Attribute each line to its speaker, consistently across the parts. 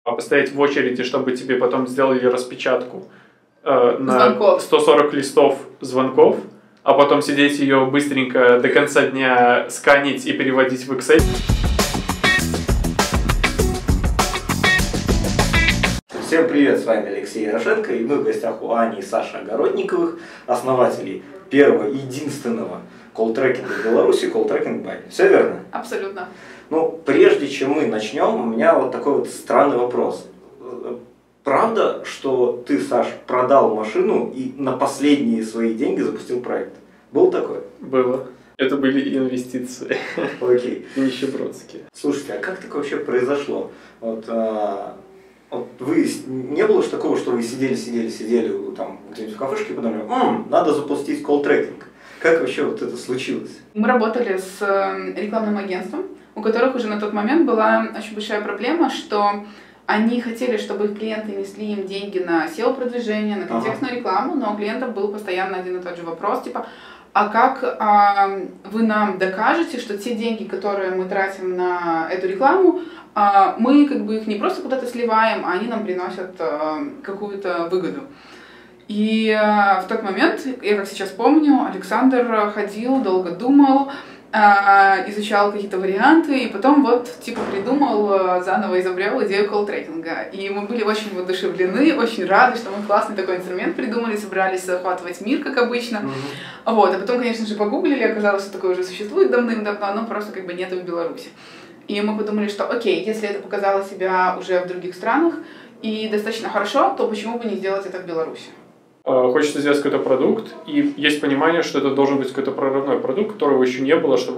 Speaker 1: А постоять в очереди, чтобы тебе потом сделали распечатку на
Speaker 2: Звонков.
Speaker 1: 140 листов звонков, а потом сидеть ее быстренько до конца дня сканить и переводить в Excel.
Speaker 3: Всем привет, с вами Алексей Ярошенко, и мы в гостях у Ани и Саши Огородниковых, основателей первого и единственного колл-трекинга в Беларуси, колл-трекинг Бай. Все верно?
Speaker 2: Абсолютно.
Speaker 3: Ну, прежде чем мы начнем, у меня вот такой вот странный вопрос. Правда, что ты, Саш, продал машину и на последние свои деньги запустил проект? Был такой?
Speaker 1: Было. Это были инвестиции.
Speaker 3: Окей.
Speaker 1: Нищебродские.
Speaker 3: Слушайте, а как так вообще произошло? Вот вы, не было же такого, что вы сидели там где-нибудь в кафешке и подумали, надо запустить колл-трекинг. Как вообще вот это случилось?
Speaker 2: Мы работали с рекламным агентством, у которых уже на тот момент была очень большая проблема, что они хотели, чтобы их клиенты несли им деньги на SEO-продвижение, на контекстную рекламу, но у клиентов был постоянно один и тот же вопрос, типа, а как вы нам докажете, что те деньги, которые мы тратим на эту рекламу, мы как бы их не просто куда-то сливаем, а они нам приносят какую-то выгоду. И в тот момент, я как сейчас помню, Александр ходил, долго думал, изучал какие-то варианты, и потом вот типа придумал, заново изобрел идею колл-трекинга. И мы были очень воодушевлены, очень рады, что мы классный такой инструмент придумали, собрались захватывать мир, как обычно. Вот, а потом, конечно же, погуглили, оказалось, что такое уже существует давным-давно, но просто как бы нету в Беларуси. И мы подумали, что окей, если это показало себя уже в других странах и достаточно хорошо, то почему бы не сделать это в Беларуси?
Speaker 1: Хочется сделать какой-то продукт, и есть понимание, что это должен быть какой-то прорывной продукт, которого еще не было, чтобы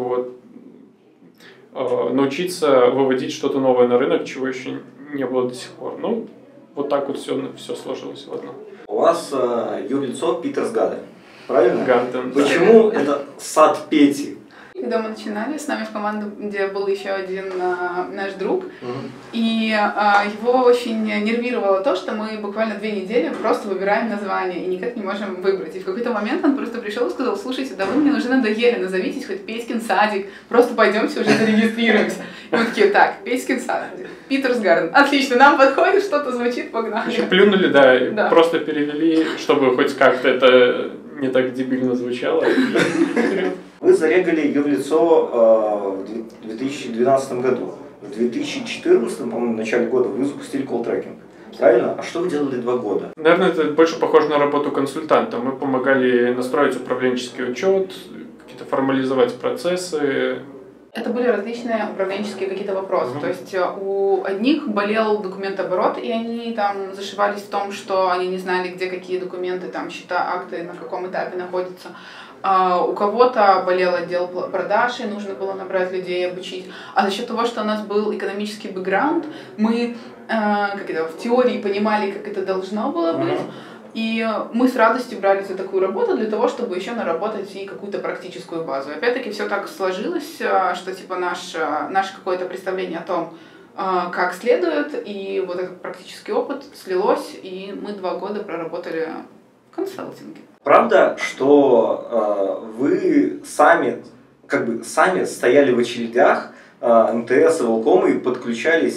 Speaker 1: вот, научиться выводить что-то новое на рынок, чего еще не было до сих пор. Ну, вот так вот все сложилось в одно.
Speaker 3: У вас юрлицо Питерс Гарден, правильно?
Speaker 1: Гарден.
Speaker 3: Почему это сад Пети?
Speaker 2: Когда мы начинали, с нами в команде был еще один наш друг, и его очень нервировало то, что мы буквально 2 недели просто выбираем название и никак не можем выбрать. И в какой-то момент он просто пришел и сказал: слушайте, да вы мне уже надоели, назовитесь хоть Петькин садик, просто пойдемте уже зарегистрируемся. И мы такие, так, Петькин садик, Питерс Гарден, отлично, нам подходит, что-то звучит, погнали.
Speaker 1: Еще плюнули, да, просто перевели, чтобы хоть как-то это не так дебильно звучало.
Speaker 3: Вы зарегали юрлицо в 2012 году. В 2014, по-моему, в начале года вы запустили колл-трекинг. Правильно? А что вы делали 2 года?
Speaker 1: Наверное, это больше похоже на работу консультанта. Мы помогали настроить управленческий учет, какие-то формализовать процессы.
Speaker 2: Это были различные управленческие какие-то вопросы. То есть у одних болел документооборот, и они там зашивались в том, что они не знали, где какие документы, там счета, акты, на каком этапе находятся. У кого-то болел отдел продаж, и нужно было набрать людей, обучить. А за счет того, что у нас был экономический бэкграунд, мы в теории понимали, как это должно было быть. И мы с радостью брались за такую работу для того, чтобы еще наработать и какую-то практическую базу. Опять-таки все так сложилось, что типа наше какое-то представление о том, как следует, и вот этот практический опыт слилось, и мы 2 года проработали в консалтинге.
Speaker 3: Правда, что вы сами стояли в очередях МТС и Волкома и подключали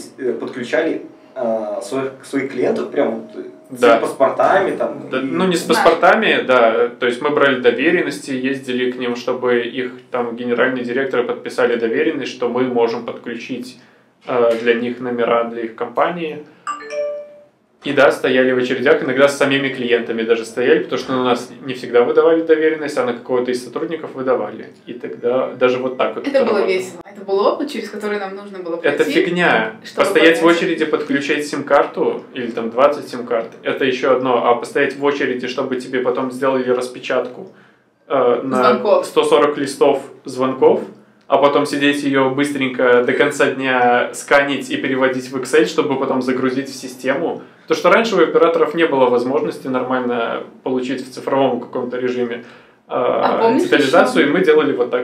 Speaker 3: своих клиентов прямо с паспортами? Там,
Speaker 1: да, ну, не с паспортами, да. То есть мы брали доверенности, ездили к ним, чтобы их там генеральные директоры подписали доверенность, что мы можем подключить для них номера для их компании. И да, стояли в очередях, иногда с самими клиентами даже стояли, потому что на нас не всегда выдавали доверенность, а на какого-то из сотрудников выдавали. И тогда даже вот так вот.
Speaker 2: Это было весело. Это был опыт, через который нам нужно было пройти.
Speaker 1: Это фигня. Постоять в очереди, подключать сим-карту, или там 20 сим-карт, это еще одно. А постоять в очереди, чтобы тебе потом сделали распечатку на 140 листов звонков, а потом сидеть ее быстренько до конца дня сканить и переводить в Excel, чтобы потом загрузить в систему. То, что раньше у операторов не было возможности нормально получить в цифровом каком-то режиме детализацию, и мы делали вот так.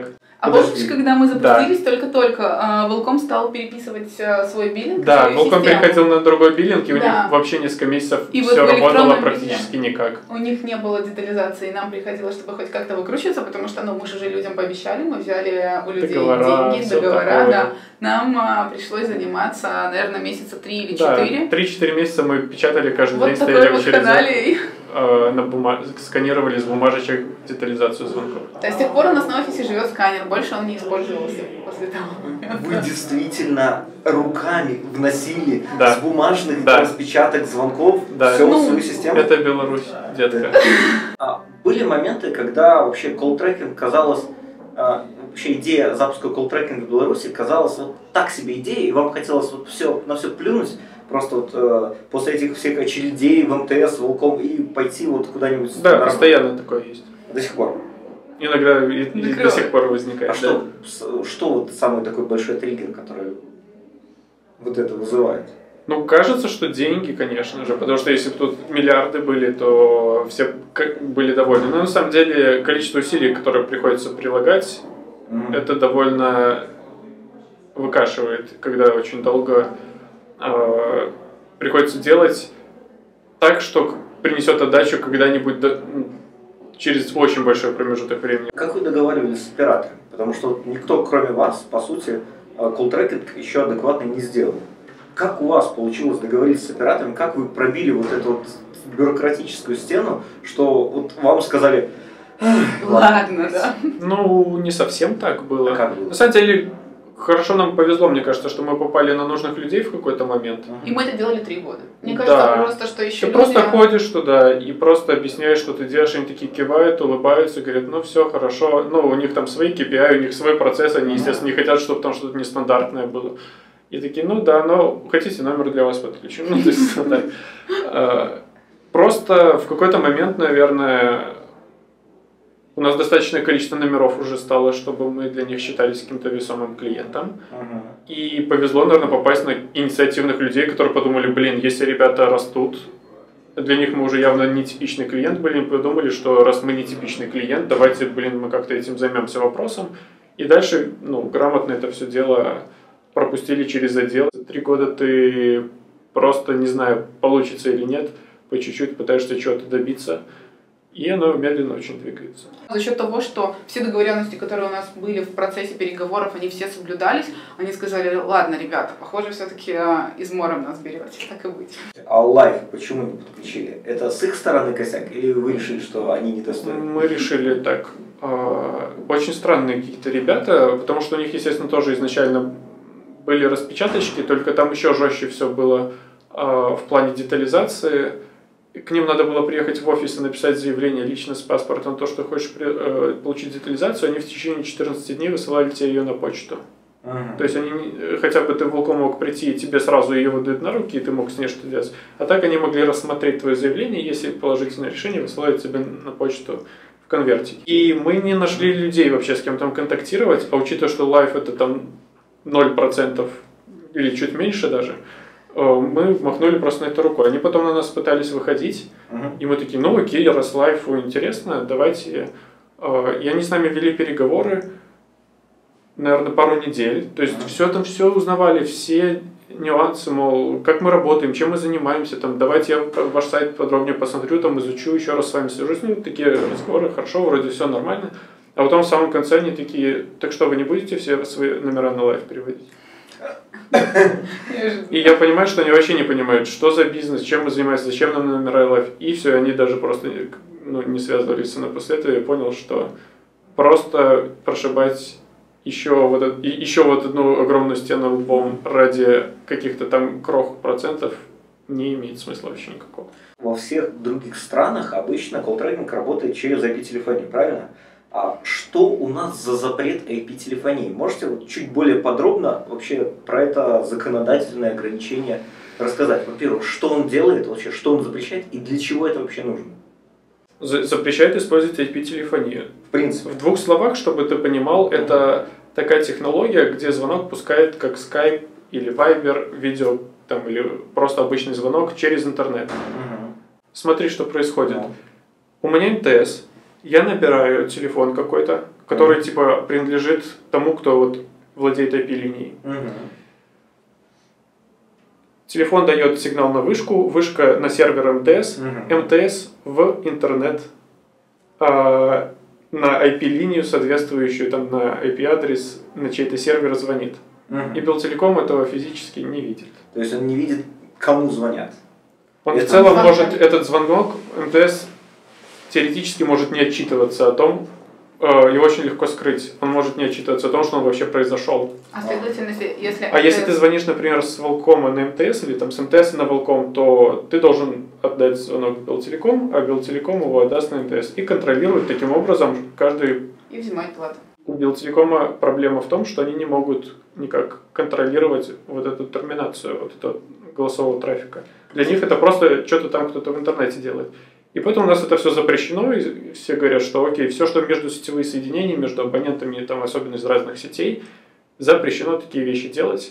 Speaker 2: А помнишь, когда мы запустились только-только, Волком стал переписывать свой биллинг?
Speaker 1: Да, Волком переходил на другой биллинг, и у них вообще несколько месяцев
Speaker 2: и
Speaker 1: все
Speaker 2: вот
Speaker 1: работало практически никак.
Speaker 2: У них не было детализации, и нам приходилось, чтобы хоть как-то выкручиваться, потому что мы же уже людям пообещали, мы взяли у людей деньги, договора, да. Нам пришлось заниматься, наверное, месяца 3 или 4.
Speaker 1: Да, 3-4 месяца мы печатали каждый день,
Speaker 2: стояли в очереди.
Speaker 1: Сканировали с бумажечек детализацию звонков.
Speaker 2: То есть с тех пор у нас на офисе живет сканер, больше он не использовался после того.
Speaker 3: Вы действительно руками вносили с бумажных распечаток звонков все в свою систему?
Speaker 1: Это Беларусь, детка.
Speaker 3: Были моменты, когда вообще колл-трекинг казалось, вообще идея запуска колл-трекинга в Беларуси казалась вот так себе идеей, и вам хотелось вот на все плюнуть, просто вот после этих всех очередей в МТС, Волком, и пойти вот куда-нибудь.
Speaker 1: Да, постоянно такое есть.
Speaker 3: До сих пор.
Speaker 1: Иногда и до сих пор возникает.
Speaker 3: Что вот самый такой большой триггер, который вот это вызывает?
Speaker 1: Ну, кажется, что деньги, конечно же, потому что если бы тут миллиарды были, то все были довольны. Но на самом деле количество усилий, которые приходится прилагать, это довольно выкашивает, когда очень долго приходится делать так, что принесет отдачу когда-нибудь через очень большой промежуток времени.
Speaker 3: Как вы договаривались с оператором? Потому что никто, кроме вас, по сути, колл-трекинг еще адекватно не сделал. Как у вас получилось договориться с оператором? Как вы пробили вот эту вот бюрократическую стену, что вот вам сказали...
Speaker 2: Ладно, да.
Speaker 1: Ну, не совсем так было.
Speaker 3: А как было?
Speaker 1: На самом деле, хорошо нам повезло, мне кажется, что мы попали на нужных людей в какой-то момент.
Speaker 2: И мы это делали 3 года. Мне кажется, просто, что еще
Speaker 1: ты просто ходишь туда и просто объясняешь, что ты делаешь, они такие кивают, улыбаются, говорят, ну все, хорошо. Ну, у них там свои KPI, у них свой процесс, они, естественно, не хотят, чтобы там что-то нестандартное было. И такие, ну да, но хотите, номер для вас подключим. Ну, то есть, просто в какой-то момент, наверное, у нас достаточное количество номеров уже стало, чтобы мы для них считались каким-то весомым клиентом. И повезло, наверное, попасть на инициативных людей, которые подумали, блин, если ребята растут, для них мы уже явно не типичный клиент были, и подумали, что раз мы не типичный клиент, давайте, блин, мы как-то этим займемся вопросом. И дальше, ну, грамотно это все дело пропустили через отдел. 3 года ты просто, не знаю, получится или нет, по чуть-чуть пытаешься чего-то добиться. И оно медленно очень двигается.
Speaker 2: За счет того, что все договоренности, которые у нас были в процессе переговоров, они все соблюдались, они сказали, ладно, ребята, похоже, все-таки измором нас берете, так и быть.
Speaker 3: А лайв почему не подключили? Это с их стороны косяк или вы решили, что они не достойны?
Speaker 1: Мы решили так. Очень странные какие-то ребята, потому что у них, естественно, тоже изначально были распечаточки, только там еще жестче все было в плане детализации. К ним надо было приехать в офис и написать заявление лично с паспортом на то, что хочешь получить детализацию. Они в течение 14 дней высылали тебе ее на почту. То есть они, хотя бы ты в Волком мог прийти, и тебе сразу ее выдают на руки, и ты мог с ней что-то делать. А так они могли рассмотреть твое заявление, если положительное решение, высылают тебе на почту в конвертике. И мы не нашли людей вообще, с кем там контактировать, а учитывая, что лайф это там 0% или чуть меньше даже, мы махнули просто на это рукой. Они потом на нас пытались выходить, и мы такие, ну окей, раз лайфу интересно, давайте. И они с нами вели переговоры, наверное, пару недель. То есть все узнавали, все нюансы, мол, как мы работаем, чем мы занимаемся, там, давайте я ваш сайт подробнее посмотрю, там, изучу, еще раз с вами свяжусь. Ну, такие разговоры, хорошо, вроде все нормально. А потом в самом конце они такие, так что, вы не будете все свои номера на лайф переводить? И я понимаю, что они вообще не понимают, что за бизнес, чем мы занимаемся, зачем нам номера лайф. И все, они даже просто не связывались со мной после этого. Я понял, что просто прошибать еще вот одну огромную стену лбом ради каких-то там крох процентов не имеет смысла вообще никакого.
Speaker 3: Во всех других странах обычно колл-трекинг работает через IP-телефонию, правильно? А что у нас за запрет IP-телефонии? Можете вот чуть более подробно вообще про это законодательное ограничение рассказать? Во-первых, что он делает вообще, что он запрещает и для чего это вообще нужно?
Speaker 1: Запрещает использовать IP-телефонию.
Speaker 3: В принципе.
Speaker 1: В 2 словах, чтобы ты понимал, это такая технология, где звонок пускает как Skype или Viber, видео там, или просто обычный звонок через интернет. Смотри, что происходит. У меня МТС. Я набираю телефон какой-то, который типа принадлежит тому, кто вот владеет IP-линией. Телефон дает сигнал на вышку, вышка на сервер МТС, МТС в интернет на IP-линию, соответствующую там на IP-адрес, на чей-то сервер звонит. И Белтелеком этого физически не видит.
Speaker 3: То есть он не видит, кому звонят.
Speaker 1: Он в целом может, этот звонок МТС теоретически может не отчитываться о том, его очень легко скрыть. Он может не отчитываться о том, что он вообще произошел.
Speaker 2: А следовательно, если...
Speaker 1: А если ты звонишь, например, с Волкома на МТС или там с МТС на Волком, то ты должен отдать звонок Белтелеком, а Белтелеком его отдаст на МТС. И контролирует таким образом каждый...
Speaker 2: И взимает плату.
Speaker 1: У Белтелекома проблема в том, что они не могут никак контролировать вот эту терминацию, вот этого голосового трафика. Для них это просто что-то там кто-то в интернете делает. И поэтому у нас это все запрещено, и все говорят, что окей, все, что между сетевые соединения, между абонентами, там, особенно из разных сетей, запрещено такие вещи делать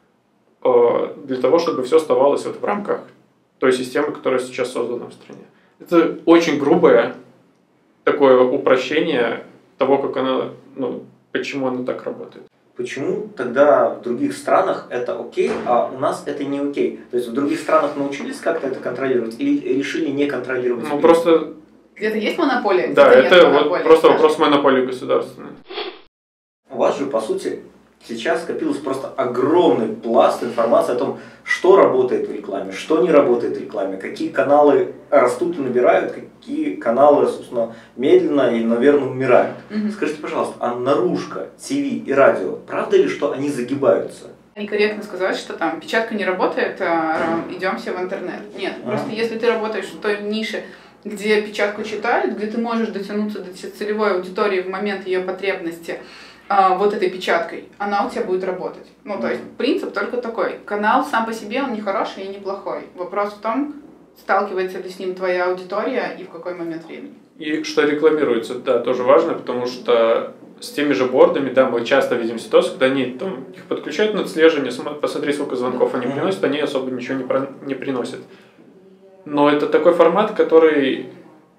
Speaker 1: для того, чтобы все оставалось вот в рамках той системы, которая сейчас создана в стране. Это очень грубое такое упрощение того, как она, почему она так работает.
Speaker 3: Почему тогда в других странах это окей, а у нас это не окей? То есть в других странах научились как-то это контролировать или решили не контролировать?
Speaker 1: Просто...
Speaker 2: Где-то есть монополия?
Speaker 1: Да, это вот просто вопрос монополии государственной.
Speaker 3: У вас же, по сути, сейчас скопилось просто огромный пласт информации о том, что работает в рекламе, что не работает в рекламе, какие каналы растут и набирают, какие каналы, собственно, медленно и, наверное, умирают. Скажите, пожалуйста, а наружка, ТВ и радио, правда ли, что они загибаются?
Speaker 2: Некорректно сказать, что там печатка не работает, идем все в интернет. Нет, просто если ты работаешь в той нише, где печатку читают, где ты можешь дотянуться до целевой аудитории в момент ее потребности, вот этой печаткой, она у тебя будет работать. То есть принцип только такой. Канал сам по себе, он не хороший и не плохой. Вопрос в том, сталкивается ли с ним твоя аудитория и в какой момент времени.
Speaker 1: И что рекламируется, да, тоже важно, потому что с теми же бордами, да, мы часто видим ситуацию, когда они там, их подключают на отслеживание, посмотри, сколько звонков они приносят, они особо ничего не приносят. Но это такой формат, который...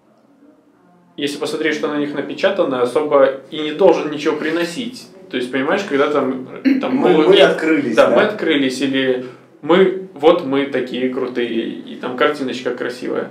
Speaker 1: Если посмотреть, что на них напечатано, особо и не должен ничего приносить. То есть, понимаешь, когда
Speaker 3: мы открылись.
Speaker 1: Да, мы открылись, или мы такие крутые, и там картиночка красивая.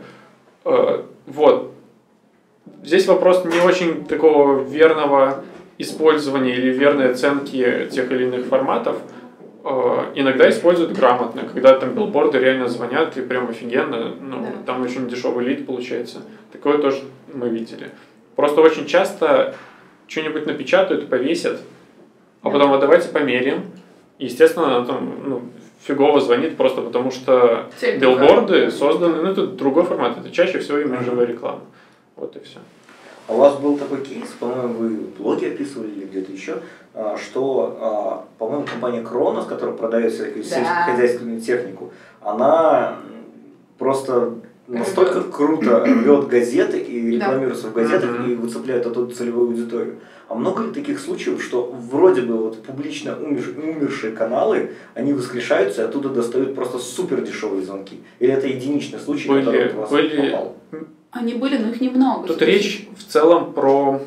Speaker 1: Вот. Здесь вопрос не очень такого верного использования или верной оценки тех или иных форматов. Иногда используют грамотно, когда там билборды реально звонят и прям офигенно, там очень дешевый лид получается. Такое тоже мы видели. Просто очень часто что-нибудь напечатают, повесят, а потом давайте померяем. Естественно, она там фигово звонит просто потому, что билборды созданы, это другой формат, это чаще всего имиджевая реклама. Вот и все.
Speaker 3: А у вас был такой кейс, по-моему, вы в блоге описывали или где-то еще, что, по-моему, компания Кронос, которая продает всякую сельскохозяйственную технику, она просто настолько круто рвет газеты и рекламируется в газетах и выцепляет оттуда целевую аудиторию. А много ли таких случаев, что вроде бы вот публично умершие каналы, они воскрешаются и оттуда достают просто супер дешевые звонки? Или это единичный случай, который у вас попал?
Speaker 2: Они были, но их немного.
Speaker 1: Тут речь в целом про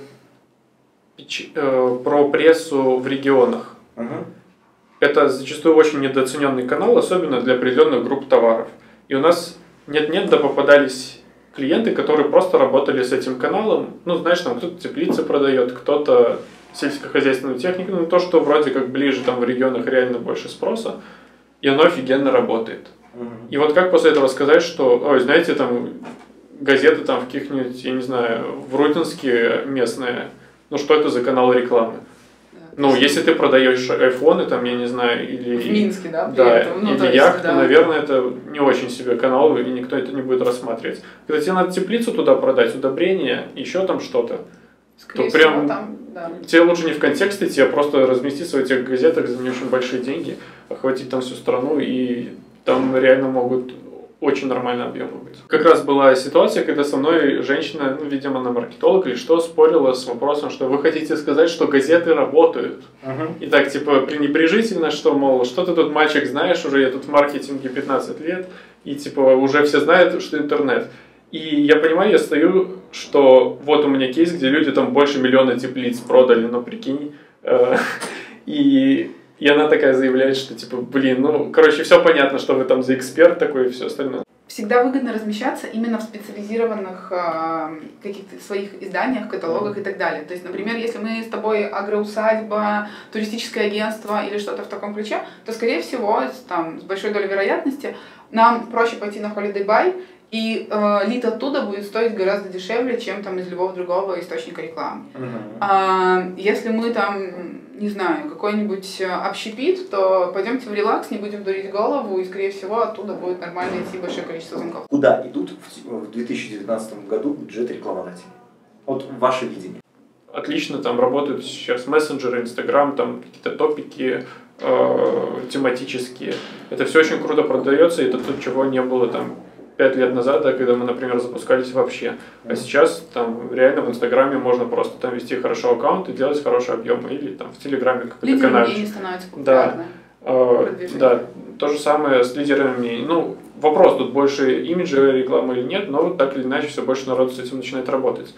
Speaker 1: прессу в регионах. Это зачастую очень недооцененный канал, особенно для определенных групп товаров. И у нас нет-нет, да попадались клиенты, которые просто работали с этим каналом. Знаешь, там кто-то теплицы продает, кто-то сельскохозяйственную технику, то, что вроде как ближе, там в регионах реально больше спроса, и оно офигенно работает. И вот как после этого сказать, что, знаете, там газеты там в каких-нибудь, я не знаю, в Рутинске местные, что это за канал рекламы? Если ты продаешь айфоны, там, я не знаю, или...
Speaker 2: В Минске, да?
Speaker 1: Или яхты, наверное, это не очень себе канал, и никто это не будет рассматривать. Когда тебе надо теплицу туда продать, удобрения, еще там что-то, то прям тебе лучше не в контекст идти, а просто разместиться в этих газетах за не очень большие деньги, охватить там всю страну, и там реально могут очень нормальные объемы быть. Как раз была ситуация, когда со мной женщина, видимо, она маркетолог или что, спорила с вопросом, что вы хотите сказать, что газеты работают. И так, пренебрежительно, что, мол, что ты тут, мальчик, знаешь, уже я тут в маркетинге 15 лет, и, уже все знают, что интернет. И я понимаю, я стою, что вот у меня кейс, где люди там больше 1 миллиона теплиц продали, ну прикинь. И она такая заявляет, что типа, блин, ну, короче, все понятно, что вы там за эксперт такой и все остальное.
Speaker 2: Всегда выгодно размещаться именно в специализированных каких-то своих изданиях, каталогах и так далее. То есть, например, если мы с тобой агроусадьба, туристическое агентство или что-то в таком ключе, то, скорее всего, там, с большой долей вероятности, нам проще пойти на Holiday Buy, и лид оттуда будет стоить гораздо дешевле, чем там из любого другого источника рекламы. Если мы там, не знаю, какой-нибудь общепит, то пойдемте в релакс, не будем дурить голову, и, скорее всего, оттуда будет нормально идти большое количество звонков.
Speaker 3: Куда идут в 2019 году бюджет рекламодателей? Вот ваше видение.
Speaker 1: Отлично там работают сейчас мессенджеры, Инстаграм, там какие-то топики тематические. Это все очень круто продается, и это то, чего не было там 5 лет назад, да, когда мы, например, запускались вообще. А сейчас там реально в Инстаграме можно просто там вести хорошо аккаунт и делать хороший объем. Или там в Телеграме какой-то канал.
Speaker 2: Лидеры мнений становятся популярны.
Speaker 1: Да, то же самое с лидерами мнений. Ну, вопрос, тут больше имиджевой рекламы или нет, но так или иначе все больше народу с этим начинает работать.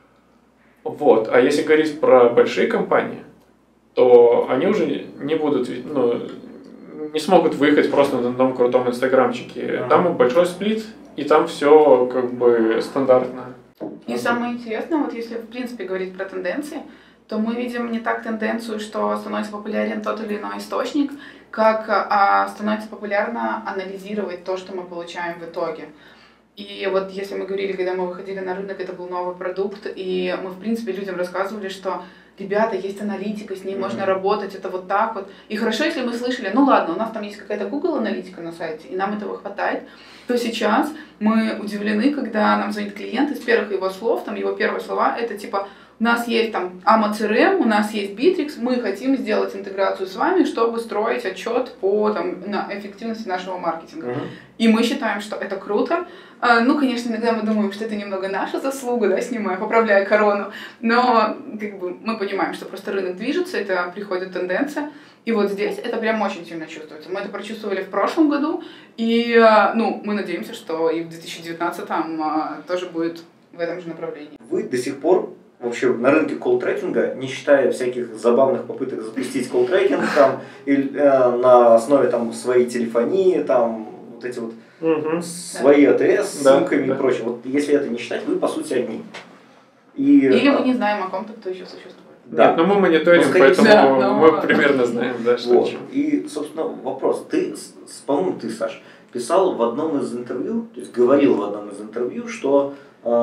Speaker 1: Вот. А если говорить про большие компании, то они уже не будут, ну, не смогут выехать просто на одном крутом инстаграмчике. Там большой сплит, и там все как бы стандартно.
Speaker 2: И самое интересное, вот если в принципе говорить про тенденции, то мы видим не так тенденцию, что становится популярен тот или иной источник, как становится популярно анализировать то, что мы получаем в итоге. И вот если мы говорили, когда мы выходили на рынок, это был новый продукт, и мы в принципе людям рассказывали, что ребята, есть аналитика, с ней можно работать, это вот так вот. И хорошо, если мы слышали, ну ладно, у нас там есть какая-то Google аналитика на сайте, и нам этого хватает, то сейчас мы удивлены, когда нам звонит клиент, из первых его слов, там его первые слова, это типа, у нас есть там AMA CRM, у нас есть Bittrex, мы хотим сделать интеграцию с вами, чтобы строить отчет по там, на эффективности нашего маркетинга. И мы считаем, что это круто. Ну, конечно, иногда мы думаем, что это немного наша заслуга, да, снимая, поправляя корону, но как бы, мы понимаем, что просто рынок движется, это приходит тенденция, и вот здесь это прям очень сильно чувствуется. Мы это прочувствовали в прошлом году, и ну, мы надеемся, что и в 2019 тоже будет в этом же направлении.
Speaker 3: Вы до сих пор вообще на рынке колл-трекинга, не считая всяких забавных попыток запустить колл-трекинг там, или, на основе там, своей телефонии, там, вот эти вот свои АТС с ссылками и прочее. Вот если это не считать, вы по сути одни.
Speaker 2: Или мы не знаем о ком-то, кто еще существует.
Speaker 1: Да. Нет, но мы мониторим, поэтому мы примерно знаем, да, что
Speaker 3: вот. И, собственно, вопрос. Ты, по-моему, ты, Саш, писал в одном из интервью, то есть говорил в одном из интервью, что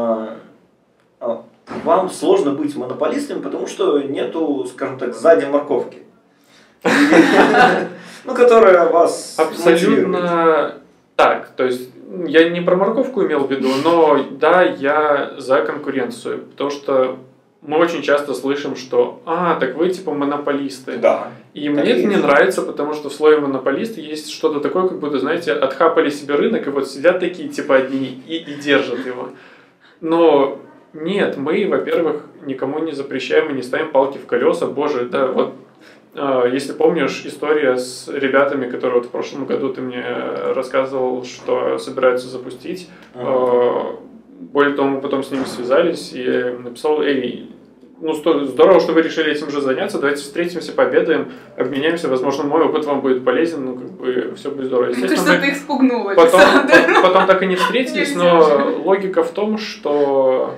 Speaker 3: вам сложно быть монополистом, потому что нету, скажем так, сзади морковки. Ну, которая вас
Speaker 1: абсолютно так. То есть я не про морковку имел в виду, но да, я за конкуренцию, потому что мы очень часто слышим, что так вы типа монополисты.
Speaker 3: Да.
Speaker 1: И мне это не нравится, потому что в слове монополист есть что-то такое, как будто, знаете, отхапали себе рынок, и вот сидят такие типа одни и держат его. Но нет, мы, во-первых, никому не запрещаем и не ставим палки в колеса. Боже, да, вот если помнишь, история с ребятами, которые вот в прошлом году ты мне рассказывал, что собираются запустить. Более того, мы потом с ними связались, и я им написал: эй, ну здорово, что вы решили этим же заняться, давайте встретимся, пообедаем, обменяемся, возможно, мой опыт вам будет полезен, ну как бы все будет здорово.
Speaker 2: Естественно, ты их спугнула.
Speaker 1: Потом так и не встретились, но логика в том, что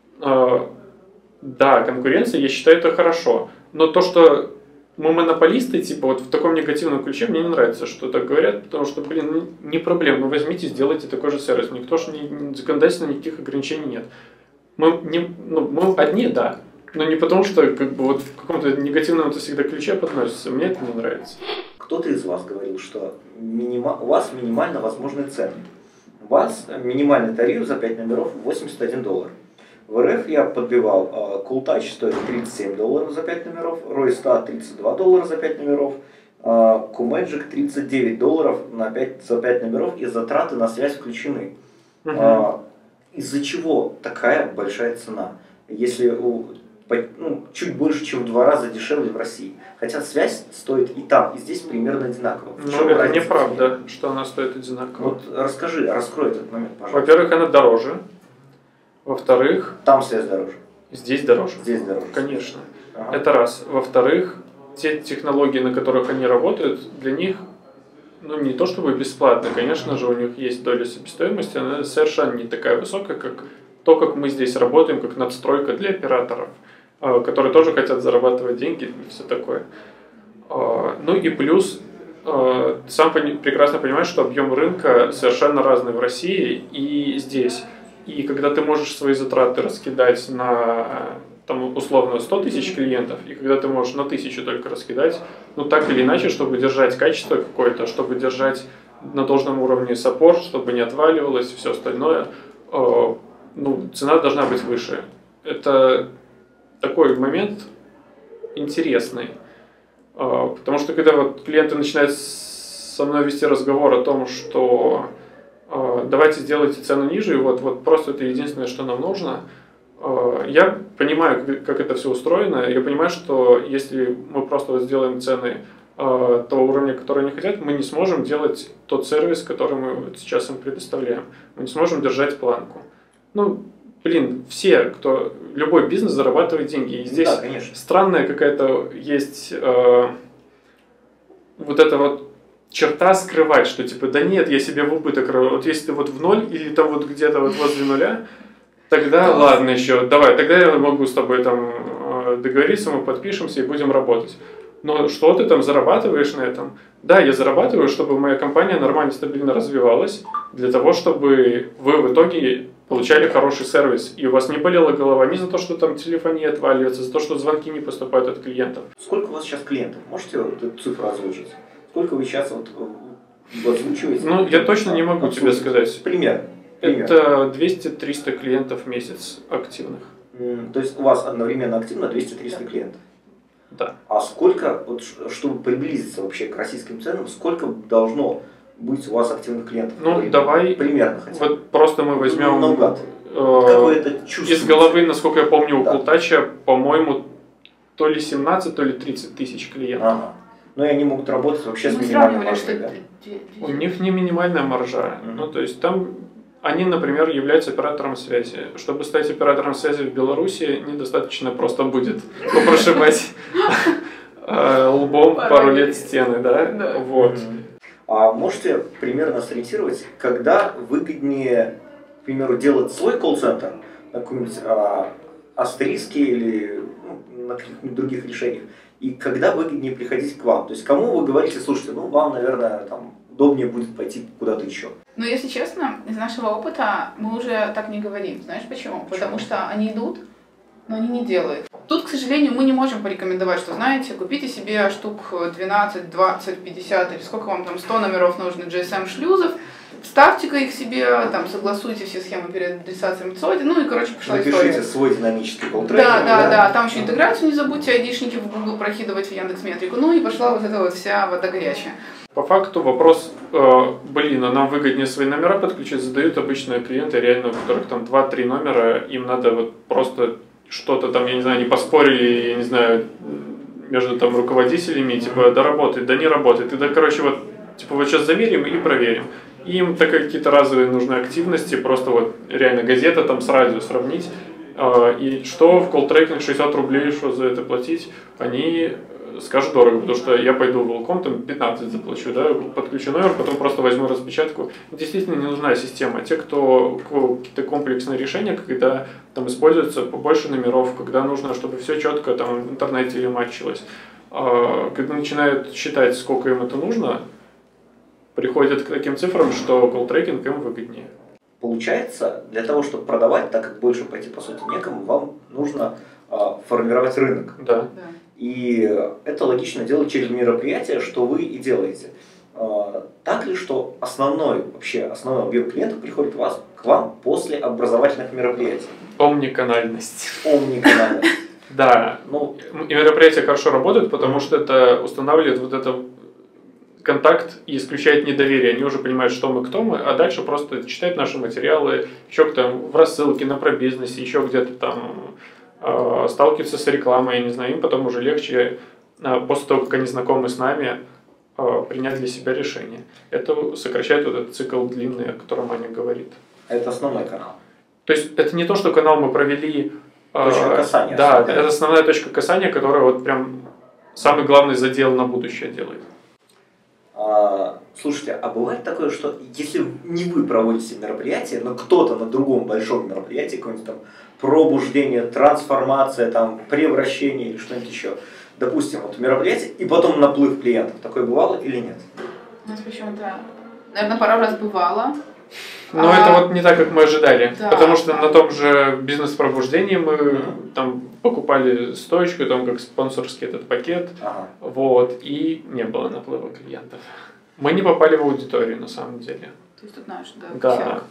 Speaker 1: да, конкуренция, я считаю, это хорошо, но то, что мы монополисты, типа вот в таком негативном ключе, мне не нравится, что так говорят, потому что, блин, не проблема, ну возьмите, сделайте такой же сервис, никто же законодательно никаких ограничений нет. Мы одни, да, но не потому, что как бы вот в каком-то негативном это всегда ключе подносится, мне это не нравится.
Speaker 3: Кто-то из вас говорил, что у вас минимально возможные цены. У вас минимальный тариф за 5 номеров $81. В РФ я подбивал, Cool Touch стоит $37 за 5 номеров, Roystar $32 за 5 номеров, Q-Magic $39 за 5 номеров, и затраты на связь включены. Из-за чего такая большая цена? Если чуть больше, чем в 2 раза дешевле в России. Хотя связь стоит и там, и здесь примерно одинаково.
Speaker 1: Ну, это неправда, что она стоит одинаково.
Speaker 3: Вот раскрой этот момент, пожалуйста.
Speaker 1: Во-первых, она дороже. Во-вторых...
Speaker 3: Там связь дороже.
Speaker 1: Здесь дороже.
Speaker 3: Здесь дороже.
Speaker 1: Конечно.
Speaker 3: Ага.
Speaker 1: Это раз. Во-вторых, те технологии, на которых они работают, для них, ну, не то чтобы бесплатно, конечно же, у них есть доля себестоимости, она совершенно не такая высокая, как то, как мы здесь работаем, как надстройка для операторов, которые тоже хотят зарабатывать деньги и все такое. Ну и плюс, сам прекрасно понимаешь, что объем рынка совершенно разный в России и здесь. И когда ты можешь свои затраты раскидать на, там, условно, 100 тысяч клиентов, и когда ты можешь на 1000 только раскидать, ну так или иначе, чтобы держать качество какое-то, чтобы держать на должном уровне саппорт, чтобы не отваливалось, все остальное, ну, цена должна быть выше. Это такой момент интересный. Потому что когда вот клиенты начинают со мной вести разговор о том, что давайте сделайте цену ниже, и вот просто это единственное, что нам нужно, я понимаю, как это все устроено, я понимаю, что если мы просто вот сделаем цены того уровня, который они хотят, мы не сможем делать тот сервис, который мы вот сейчас им предоставляем. Мы не сможем держать планку. Ну, блин, любой бизнес зарабатывает деньги. И здесь
Speaker 3: да,
Speaker 1: странная какая-то есть вот эта вот черта скрывать, что типа, да нет, я себе в убыток, вот если ты вот в ноль или там вот где-то вот возле нуля, тогда ладно еще, давай, тогда я могу с тобой там договориться, мы подпишемся и будем работать. Но что ты там зарабатываешь на этом? Да, я зарабатываю, чтобы моя компания нормально, стабильно развивалась, для того, чтобы вы в итоге получали хороший сервис, и у вас не болела голова ни за то, что там телефония отваливается, за то, что звонки не поступают от клиентов.
Speaker 3: Сколько у вас сейчас клиентов? Можете вот эту цифру озвучить? Сколько вы сейчас вот озвучиваете?
Speaker 1: Ну, я точно не могу тебе сказать.
Speaker 3: Пример.
Speaker 1: Это 200-300 клиентов в месяц активных.
Speaker 3: То есть у вас одновременно активно 200-300 клиентов?
Speaker 1: Да.
Speaker 3: А сколько, вот, чтобы приблизиться вообще к российским ценам, сколько должно быть у вас активных клиентов?
Speaker 1: Ну, давай
Speaker 3: примерно хотя бы.
Speaker 1: Вот просто мы возьмем
Speaker 3: наугад. Как вы это чувствуете?
Speaker 1: Из головы, насколько я помню, у Cooltouch, по-моему, то ли 17, то ли 30 тысяч клиентов.
Speaker 3: Ага. Но и они могут работать вообще с минимальной маржой, да?
Speaker 1: У них не минимальная маржа. Ну, то есть там они, например, являются оператором связи. Чтобы стать оператором связи в Беларуси, недостаточно просто будет попрошибать лбом пару лет стены, да? Вот.
Speaker 3: А можете примерно сориентировать, когда выгоднее, к примеру, делать свой колл-центр на каком-нибудь астериске или на каких-нибудь других решениях, и когда выгоднее приходить к вам? То есть кому вы говорите, слушайте, ну вам, наверное, там удобнее будет пойти куда-то еще?
Speaker 2: Ну, если честно, из нашего опыта мы уже так не говорим. Знаешь почему? Потому что они идут, но они не делают. Тут, к сожалению, мы не можем порекомендовать, что, знаете, купите себе штук 12, 20, 50 или сколько вам там, 100 номеров нужно GSM-шлюзов, вставьте-ка их себе, там, согласуйте все схемы перед адресацией МЦОДи, ну и, короче, пошла история.
Speaker 3: Напишите свой динамический колл-трекинг.
Speaker 2: Да, там еще интеграцию не забудьте, айдишники в Google прокидывать в Яндекс.Метрику, ну и пошла вот эта вот вся вода горячая.
Speaker 1: По факту вопрос, блин, а нам выгоднее свои номера подключить, задают обычные клиенты, реально, у которых там 2-3 номера, им надо вот просто что-то там, я не знаю, не поспорили, я не знаю, между там руководителями, типа, да работает, да не работает, и да, короче, вот, типа, вот сейчас замерим и проверим. И им так какие-то разовые нужны активности, просто вот реально газета там с радио сравнить, и что в колл-трекинг 60 рублей, что за это платить, они скажут дорого, потому что я пойду в Волком, там 15 заплачу, да, подключу номер, потом просто возьму распечатку. Действительно не нужна система. Те, кто какие-то комплексные решения, когда там используется побольше номеров, когда нужно, чтобы все четко там в интернете матчилось, когда начинают считать, сколько им это нужно, приходят к таким цифрам, что колл-трекинг им выгоднее.
Speaker 3: Получается, для того, чтобы продавать, так как больше пойти по сути некому, вам нужно формировать рынок.
Speaker 1: Да.
Speaker 3: И это логично делать через мероприятия, что вы и делаете. Так ли, что основной объем клиентов приходит к вам после образовательных мероприятий?
Speaker 1: Омниканальность.
Speaker 3: Омниканальность.
Speaker 1: Да. И мероприятия хорошо работают, потому что это устанавливает вот это контакт и исключает недоверие. Они уже понимают, что мы, кто мы, а дальше просто читают наши материалы, еще кто-то в рассылке, на пробизнесе, еще где-то там сталкиваются с рекламой, я не знаю, им потом уже легче, после того, как они знакомы с нами, принять для себя решение. Это сокращает вот этот цикл длинный, о котором Аня говорит.
Speaker 3: Это основной канал.
Speaker 1: То есть это не то, что канал мы провели...
Speaker 3: Точка касания.
Speaker 1: Да, это основная точка касания, которая вот прям самый главный задел на будущее делает.
Speaker 3: Слушайте, а бывает такое, что если не вы проводите мероприятие, но кто-то на другом большом мероприятии, какое-нибудь там пробуждение, трансформация, там, превращение или что-нибудь еще, допустим, вот мероприятие, и потом наплыв клиентов, такое бывало или нет?
Speaker 2: У нас почему-то, наверное, пару раз бывало.
Speaker 1: Но это вот не так, как мы ожидали.
Speaker 2: Да.
Speaker 1: Потому что на том же бизнес-пробуждении мы там покупали стоечку, там как спонсорский этот пакет, вот, и не было наплыва клиентов. Мы не попали в аудиторию на самом деле.
Speaker 2: То есть тут наш, да.
Speaker 1: Да.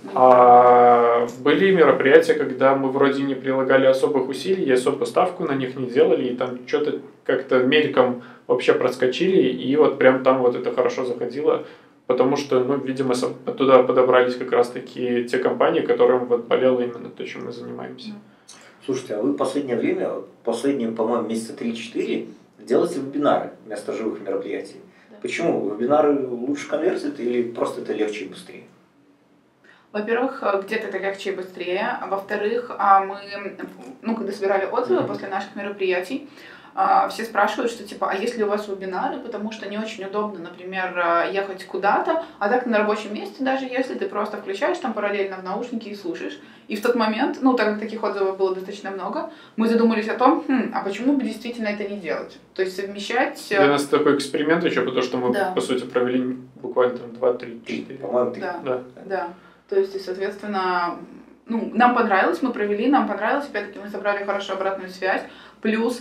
Speaker 1: А были мероприятия, когда мы вроде не прилагали особых усилий, и особо ставку на них не делали, и там что-то как-то мельком вообще проскочили, и вот прям там вот это хорошо заходило. Потому что, ну, видимо, туда подобрались как раз-таки те компании, которым вот болело именно то, чем мы занимаемся.
Speaker 3: Слушайте, а вы в последнее время, последние, по-моему, месяца 3-4 делаете вебинары вместо живых мероприятий. Да. Почему? Вебинары лучше конвертят или просто это легче и быстрее?
Speaker 2: Во-первых, где-то это легче и быстрее. А во-вторых, мы, ну, когда собирали отзывы после наших мероприятий, все спрашивают, что типа, а есть ли у вас вебинары, потому что не очень удобно, например, ехать куда-то, а так на рабочем месте, даже если ты просто включаешь там параллельно в наушники и слушаешь. И в тот момент, ну, так как таких отзывов было достаточно много, мы задумались о том, а почему бы действительно это не делать? То есть совмещать...
Speaker 1: Для нас такой эксперимент еще, потому что мы, по сути, провели буквально там 2-3-4.
Speaker 3: По-моему, 3.
Speaker 2: Да. То есть, и, соответственно, ну, нам понравилось, мы провели, нам понравилось, опять-таки мы собрали хорошую обратную связь. Плюс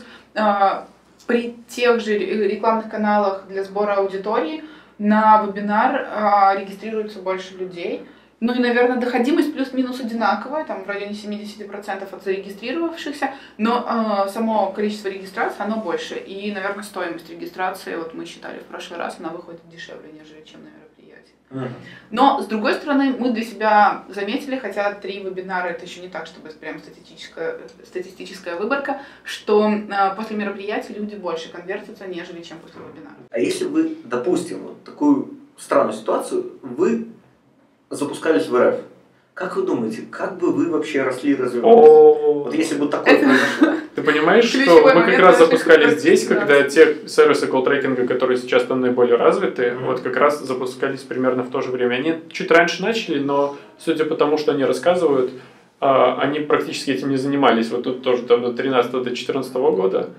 Speaker 2: при тех же рекламных каналах для сбора аудитории на вебинар регистрируется больше людей. Ну и, наверное, доходимость плюс-минус одинаковая, там в районе 70% от зарегистрировавшихся, но само количество регистраций, оно больше. И, наверное, стоимость регистрации, вот мы считали в прошлый раз, она выходит дешевле, нежели чем на мероприятии. Но, с другой стороны, мы для себя заметили, хотя 3 вебинара это еще не так, чтобы прям статистическая выборка, что после мероприятий люди больше конвертятся, нежели чем после вебинара.
Speaker 3: А если вы, допустим, вот такую странную ситуацию, вы запускались в РФ, как вы думаете, как бы вы вообще росли и развивались? Вот если бы такое произошло.
Speaker 1: Ты понимаешь, что мы как раз запускались здесь, когда те сервисы колл-трекинга, которые сейчас там наиболее развиты, вот как раз запускались примерно в то же время. Они чуть раньше начали, но судя по тому, что они рассказывают, они практически этим не занимались. Вот тут тоже там до 13 до 14 года.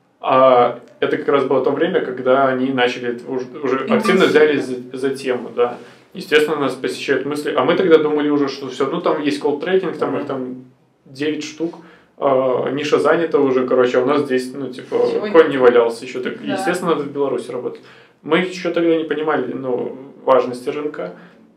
Speaker 1: Это как раз было то время, когда они начали, уже активно взялись за тему, да. Естественно, нас посещают мысли, а мы тогда думали уже, что все, ну там есть колл-трекинг, там их там 9 штук, ниша занята уже, короче, а у нас здесь, ну типа, конь не валялся еще, так, естественно, надо в Беларуси работать. Мы еще тогда не понимали, ну, важности рынка,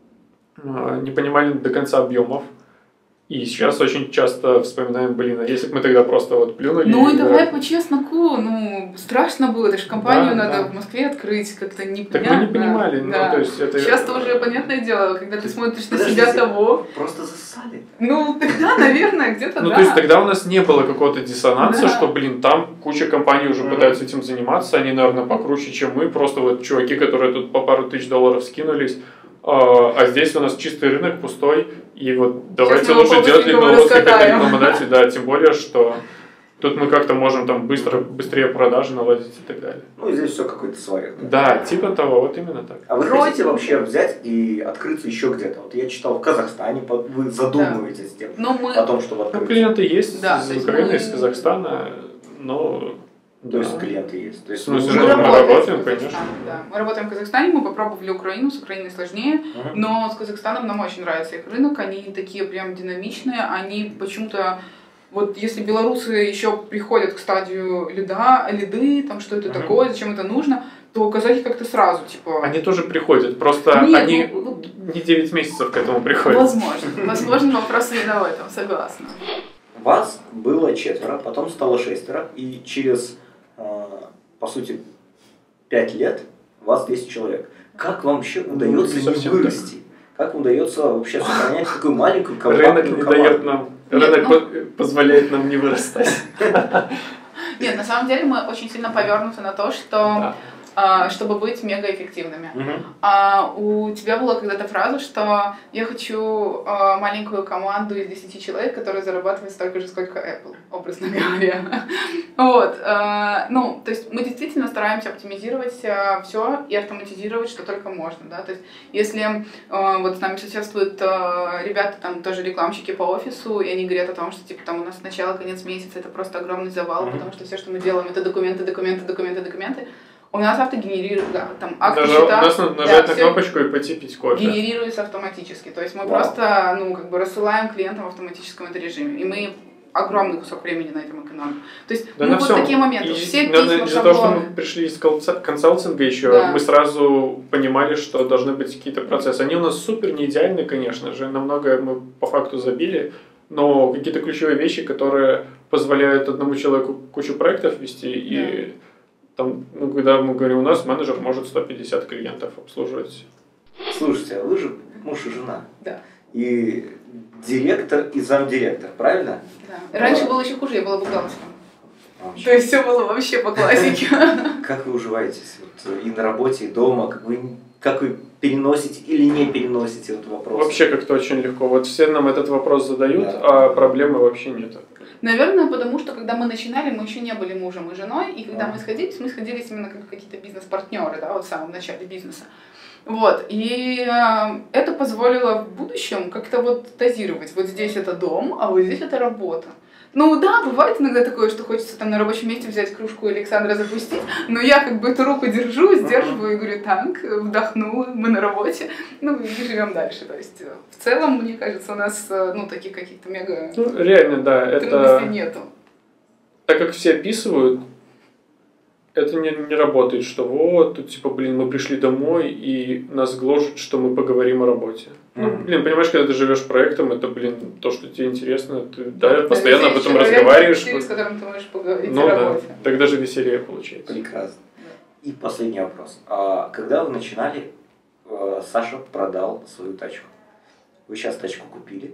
Speaker 1: не понимали до конца объемов. И сейчас очень часто вспоминаем, блин, а если бы мы тогда просто вот плюнули...
Speaker 2: Ну и давай по-честноку, ну страшно было, это же компанию надо в Москве открыть, как-то непонятно.
Speaker 1: Так мы не понимали, ну то есть это...
Speaker 2: Сейчас-то уже понятное дело, когда ты смотришь на себя того...
Speaker 3: Просто засали.
Speaker 2: Ну тогда, наверное, где-то
Speaker 1: Ну то есть тогда у нас не было какого-то диссонанса, что, блин, там куча компаний уже пытаются этим заниматься, они, наверное, покруче, чем мы, просто вот чуваки, которые тут по пару тысяч долларов скинулись, а здесь у нас чистый рынок, пустой, и вот давайте лучше делать лидно-русский как рекламодатель, да, тем более, что тут мы как-то можем там быстрее продажи наладить и так далее.
Speaker 3: Ну и здесь все какое-то свое.
Speaker 1: Да, типа того, вот именно так.
Speaker 3: А вы хотите вообще взять и открыться еще где-то? Вот я читал в Казахстане, вы задумываетесь тем, о том, чтобы открыться.
Speaker 1: Ну, клиенты есть из Украины, из Казахстана, но...
Speaker 3: То есть клиенты есть. То есть
Speaker 1: мы работаем, конечно.
Speaker 2: Да. Мы работаем в Казахстане, мы попробовали Украину, с Украиной сложнее, но с Казахстаном нам очень нравится их рынок, они такие прям динамичные, они почему-то, вот если белорусы еще приходят к стадию лиды, там что это такое, зачем это нужно, то казахи как-то сразу, типа...
Speaker 1: Они тоже приходят, просто они не 9 месяцев к этому приходят.
Speaker 2: Возможно, вопрос именно в этом, согласна.
Speaker 3: Вас было 4, потом стало 6, и через, по сути, 5 лет вас 10 человек. Как вам вообще удается не вырасти? Как удается вообще сохранять такую маленькую компактную
Speaker 1: команду? Рынок не дает нам, рынок позволяет нам не вырастать.
Speaker 2: Нет, на самом деле мы очень сильно повернуты на то, что чтобы быть мегаэффективными.
Speaker 3: Мгм.
Speaker 2: У тебя была когда-то фраза, что я хочу маленькую команду из 10 человек, которая зарабатывает столько же, сколько Apple, образно говоря. Вот. Ну, то есть мы действительно стараемся оптимизировать все и автоматизировать, что только можно, да. То есть если вот с нами соседствуют ребята, там тоже рекламщики по офису, и они говорят о том, что типа там у нас начало-конец месяца это просто огромный завал, потому что все, что мы делаем, это документы. У нас автогенерирует, да, там акты,
Speaker 1: Даже
Speaker 2: счета.
Speaker 1: у нас нажать на кнопочку и пойти пить кофе.
Speaker 2: Генерируется автоматически. То есть мы
Speaker 3: Вау.
Speaker 2: просто, ну, как бы рассылаем клиентам в автоматическом это режиме. И мы огромный кусок времени на этом экономим. То есть,
Speaker 1: Да
Speaker 2: ну,
Speaker 1: на
Speaker 2: вот
Speaker 1: всем.
Speaker 2: такие моменты.
Speaker 1: И,
Speaker 2: Все
Speaker 1: наверное,
Speaker 2: письма,
Speaker 1: из-за того, что
Speaker 2: шаблоны.
Speaker 1: мы пришли из консалтинга еще,
Speaker 2: Да.
Speaker 1: мы сразу понимали, что должны быть какие-то процессы. Они у нас супер не идеальны, конечно же, на многое мы по факту забили, но какие-то ключевые вещи, которые позволяют одному человеку кучу проектов вести, и там, ну, когда мы говорим, у нас менеджер может 150 клиентов обслуживать.
Speaker 3: Слушайте, а вы же муж и жена.
Speaker 2: Да.
Speaker 3: И директор и замдиректор, правильно?
Speaker 2: Да. Раньше было еще хуже, я была бухгалтером.
Speaker 3: Вообще.
Speaker 2: То есть все было вообще по классике.
Speaker 3: Как вы уживаетесь вот, и на работе, и дома? Как вы переносите или не переносите этот вопрос?
Speaker 1: Вообще как-то очень легко. Вот все нам этот вопрос задают,
Speaker 3: Да.
Speaker 1: а проблемы вообще нет.
Speaker 2: Наверное, потому что когда мы начинали, мы еще не были мужем и женой, и когда мы сходились именно как какие-то бизнес-партнеры, да, вот в самом начале бизнеса. Вот, и это позволило в будущем как-то вот дозировать. Вот здесь это дом, а вот здесь это работа. Ну да, бывает иногда такое, что хочется там на рабочем месте взять кружку Александра запустить, но я как бы эту руку держу, сдерживаю и говорю, так, вдохнула, мы на работе, ну и живем дальше. То есть в целом, мне кажется, у нас, ну, таких каких-то мега
Speaker 1: Ну, реально, да,
Speaker 2: трудностей
Speaker 1: это...
Speaker 2: нету.
Speaker 1: Так как все описывают, это не работает, что вот, тут типа, блин, мы пришли домой и нас гложет, что мы поговорим о работе. Ну, блин, понимаешь, когда ты живешь проектом, это, блин, то, что тебе интересно, ты постоянно об этом разговариваешь.
Speaker 2: С которым ты можешь поговорить
Speaker 1: Ну
Speaker 2: о
Speaker 1: да,
Speaker 2: работе.
Speaker 1: тогда же веселее получается.
Speaker 3: Прекрасно. И последний вопрос. Когда вы начинали, Саша продал свою тачку. Вы сейчас тачку купили.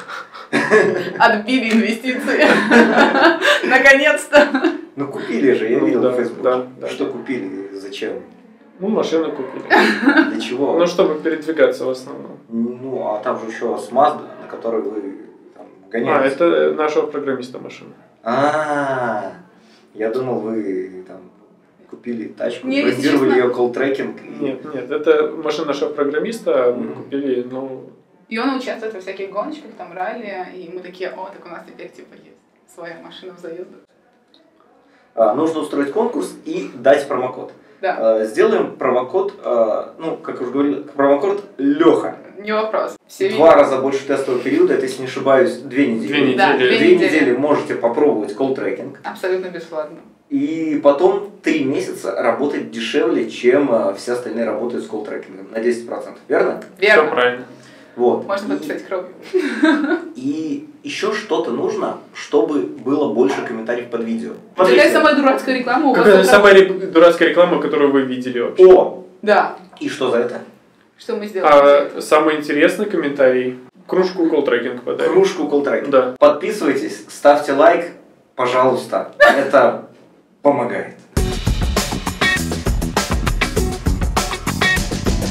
Speaker 2: Отбили инвестиции. Наконец-то.
Speaker 3: Ну купили же, я
Speaker 1: Ну,
Speaker 3: видел
Speaker 1: да,
Speaker 3: в Фейсбуке.
Speaker 1: да.
Speaker 3: Что купили, зачем,
Speaker 1: Ну, машину купили.
Speaker 3: для чего?
Speaker 1: Ну, чтобы передвигаться в основном.
Speaker 3: Ну, а там же еще с Mazda, на которой вы там, гоняетесь.
Speaker 1: Это нашего программиста машина.
Speaker 3: Я думал, вы там купили тачку,
Speaker 2: Не, если
Speaker 3: брендировали
Speaker 2: честно-
Speaker 3: ее колл-трекинг.
Speaker 1: Нет, это машина нашего программиста, мы купили, ну,
Speaker 2: И он участвует во всяких гоночках, там, ралли, и мы такие, о, так у нас теперь типа есть своя машина в заездах.
Speaker 3: Нужно устроить конкурс и дать промокод.
Speaker 2: Да,
Speaker 3: Сделаем промокод, ну, как уже говорил, промокод Леха.
Speaker 2: не вопрос. Все
Speaker 3: 2 раза больше тестового периода, это, если не ошибаюсь, 2 недели.
Speaker 1: 2 недели.
Speaker 2: Да, 2
Speaker 3: 2
Speaker 2: недели.
Speaker 3: недели можете попробовать колл-трекинг.
Speaker 2: Абсолютно бесплатно.
Speaker 3: И потом 3 месяца работать дешевле, чем все остальные работают с колл-трекингом. На 10%, верно?
Speaker 1: все
Speaker 2: Верно.
Speaker 1: правильно.
Speaker 3: Вот.
Speaker 2: Можно подписать кровью.
Speaker 3: И еще что-то нужно, чтобы было больше комментариев под видео.
Speaker 2: Какая самая дурацкая реклама у вас?
Speaker 1: Какая
Speaker 2: тут
Speaker 1: самая дурацкая реклама, которую вы видели вообще?
Speaker 3: О!
Speaker 2: Да.
Speaker 3: И что за это?
Speaker 2: Что мы сделали?
Speaker 1: Самый интересный комментарий. Кружку колл-трекинг подарим.
Speaker 3: Кружку колл-трекинг.
Speaker 1: Да.
Speaker 3: Подписывайтесь, ставьте лайк, пожалуйста. Это помогает.